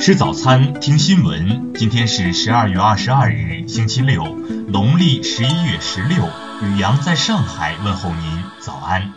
吃早餐，听新闻。今天是12月22日，星期六，农历11月16。宇阳在上海问候您早安。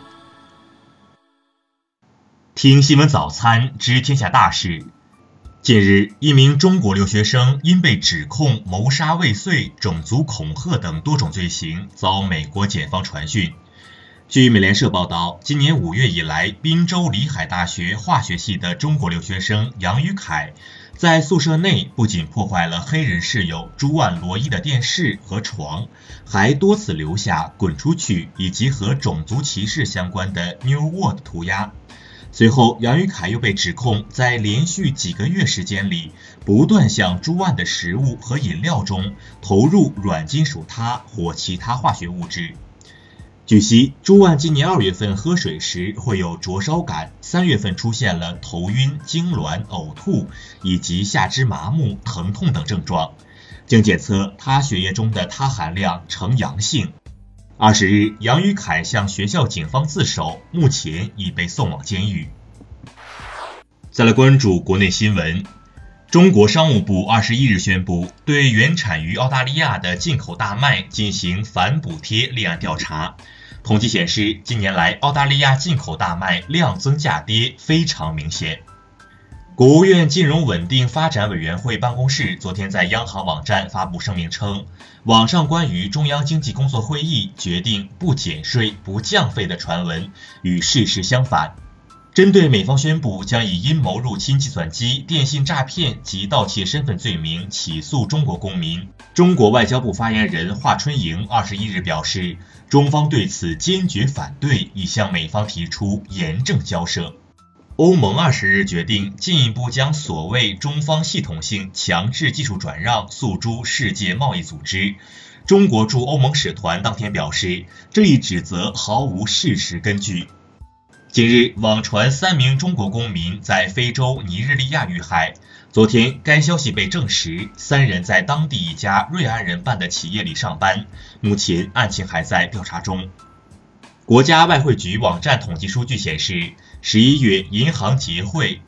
听新闻早餐，知天下大事。近日，一名中国留学生因被指控谋杀未遂、种族恐吓等多种罪行，遭美国检方传讯。据美联社报道，今年5月以来，宾州里海大学化学系的中国留学生杨宇凯在宿舍内不仅破坏了黑人室友朱万罗伊的电视和床，还多次留下滚出去以及和种族歧视相关的 New World 涂鸦。随后，杨宇凯又被指控在连续几个月时间里，不断向朱万的食物和饮料中投入软金属铊或其他化学物质。据悉，朱万今年2月份喝水时会有灼烧感，3月份出现了头晕、痉挛、呕吐以及下肢麻木、疼痛等症状。经检测，他血液中的铊含量呈阳性。20日，杨宇凯向学校警方自首，目前已被送往监狱。再来关注国内新闻。中国商务部21日宣布，对原产于澳大利亚的进口大麦进行反补贴立案调查。统计显示，近年来澳大利亚进口大麦量增价跌非常明显。国务院金融稳定发展委员会办公室昨天在央行网站发布声明称，网上关于中央经济工作会议决定不减税、不降费的传闻与事实相反。针对美方宣布将以阴谋入侵计算机、电信诈骗及盗窃身份罪名起诉中国公民，中国外交部发言人华春莹21日表示，中方对此坚决反对，已向美方提出严正交涉。欧盟20日决定进一步将所谓中方系统性强制技术转让诉诸世界贸易组织。中国驻欧盟使团当天表示，这一指责毫无事实根据。近日，网传3名中国公民在非洲尼日利亚遇害。昨天，该消息被证实，3人在当地一家瑞安人办的企业里上班，目前案情还在调查中。国家外汇局网站统计数据显示，11月银行结汇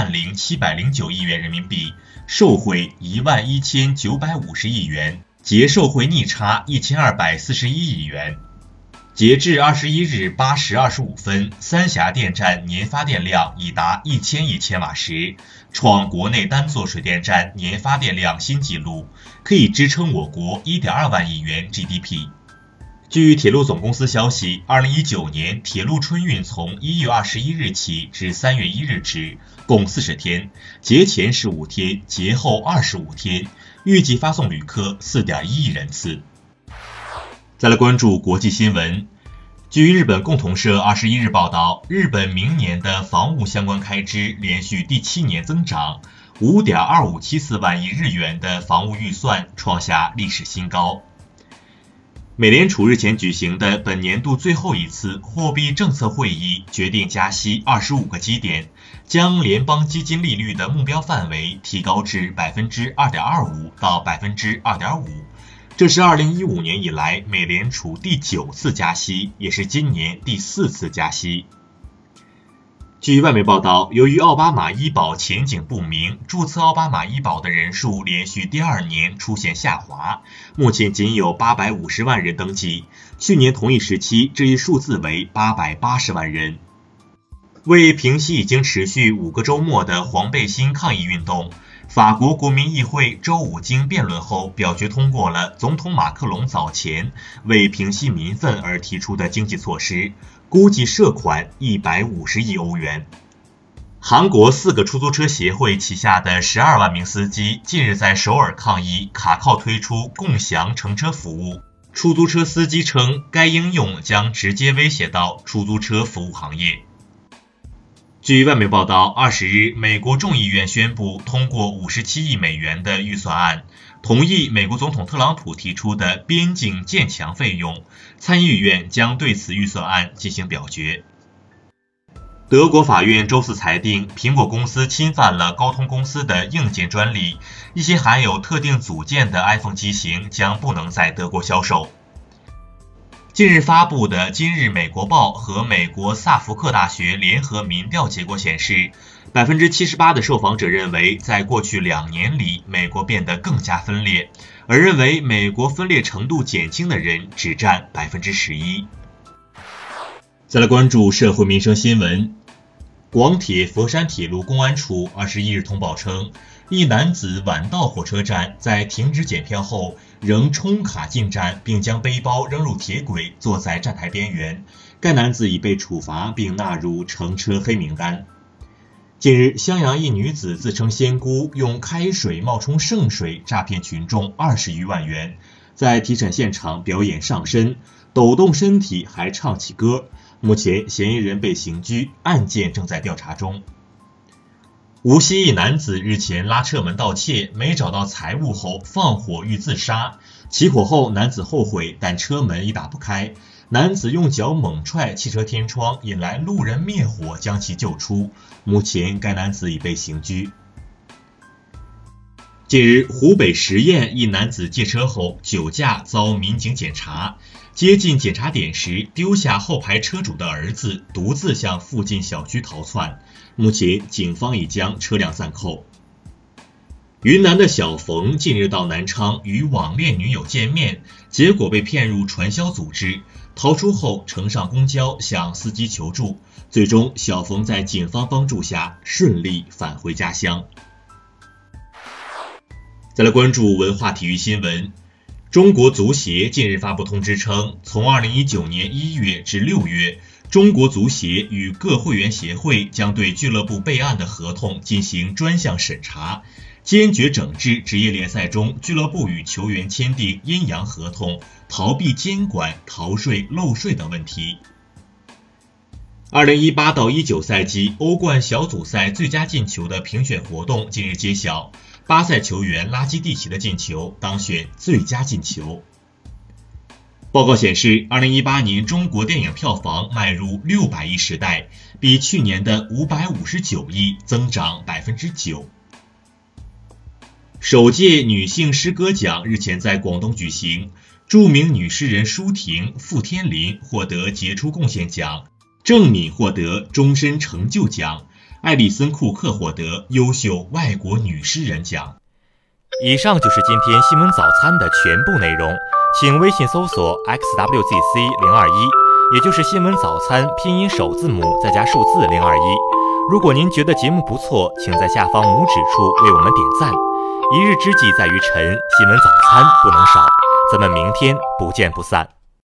10709亿元人民币，受汇11950亿元，结售汇逆差1241亿元。截至21日8时25分，三峡电站年发电量已达1000亿千瓦时，创国内单座水电站年发电量新纪录，可以支撑我国1.2万亿元 GDP。据铁路总公司消息，2019年铁路春运从1月21日起至3月1日止，共40天，节前15天，节后25天，预计发送旅客4.1亿人次。再来关注国际新闻。据日本共同社21日报道，日本明年的防务相关开支连续第7年增长，5.2574万亿日元的防务预算创下历史新高。美联储日前举行的本年度最后一次货币政策会议决定加息25个基点，将联邦基金利率的目标范围提高至 2.25% 到 2.5%。这是2015年以来美联储第9次加息，也是今年第4次加息。据外媒报道，由于奥巴马医保前景不明，注册奥巴马医保的人数连续第2年出现下滑，目前仅有850万人登记，去年同一时期这一数字为880万人。为平息已经持续5个周末的黄背心抗议运动，法国国民议会周五经辩论后表决通过了总统马克龙早前为平息民愤而提出的经济措施，估计涉款150亿欧元。韩国4个出租车协会旗下的12万名司机近日在首尔抗议卡靠推出共享乘车服务。出租车司机称，该应用将直接威胁到出租车服务行业。据外媒报道，20日，美国众议院宣布通过57亿美元的预算案，同意美国总统特朗普提出的边境建墙费用，参议院将对此预算案进行表决。德国法院周四裁定，苹果公司侵犯了高通公司的硬件专利，一些含有特定组件的 iPhone 机型将不能在德国销售。 近日发布的《今日美国报》和美国萨福克大学联合民调结果显示，78%的受访者认为在过去2年里，美国变得更加分裂，而认为美国分裂程度减轻的人只占11%。再来关注社会民生新闻。广铁佛山铁路公安处21日通报称，一男子晚到火车站，在停止检票后仍充卡进站，并将背包扔入铁轨，坐在站台边缘。该男子已被处罚并纳入乘车黑名单。近日，襄阳一女子自称仙姑，用开水冒充圣水诈骗群众20余万元，在提审现场表演上身，抖动身体还唱起歌。目前嫌疑人被刑拘，案件正在调查中。无锡一男子日前拉车门盗窃，没找到财物后放火欲自杀。起火后，男子后悔，但车门已打不开。男子用脚猛踹汽车天窗，引来路人灭火将其救出。目前该男子已被刑拘。近日，湖北十堰一男子借车后酒驾遭民警检查，接近检查点时丢下后排车主的儿子，独自向附近小区逃窜。目前警方已将车辆暂扣。云南的小冯近日到南昌与网恋女友见面，结果被骗入传销组织，逃出后乘上公交向司机求助，最终小冯在警方帮助下顺利返回家乡。再来关注文化体育新闻。中国足协近日发布通知称，从2019年1月至6月，中国足协与各会员协会将对俱乐部备案的合同进行专项审查，坚决整治职业联赛中俱乐部与球员签订阴阳合同、逃避监管、逃税、漏税等问题。2018到19赛季欧冠小组赛最佳进球的评选活动近日揭晓，巴塞球员拉基蒂奇的进球当选最佳进球。报告显示，2018年中国电影票房迈入600亿时代，比去年的559亿增长9%。首届女性诗歌奖日前在广东举行，著名女诗人舒婷、傅天林获得杰出贡献奖，郑敏获得终身成就奖，艾丽森·库克获得优秀外国女诗人奖。 以上就是今天新闻早餐的全部内容，请微信搜索 xwzc021，也就是新闻早餐拼音首字母再加数字021。如果您觉得节目不错，请在下方拇指处为我们点赞。一日之计在于晨，新闻早餐不能少，咱们明天不见不散。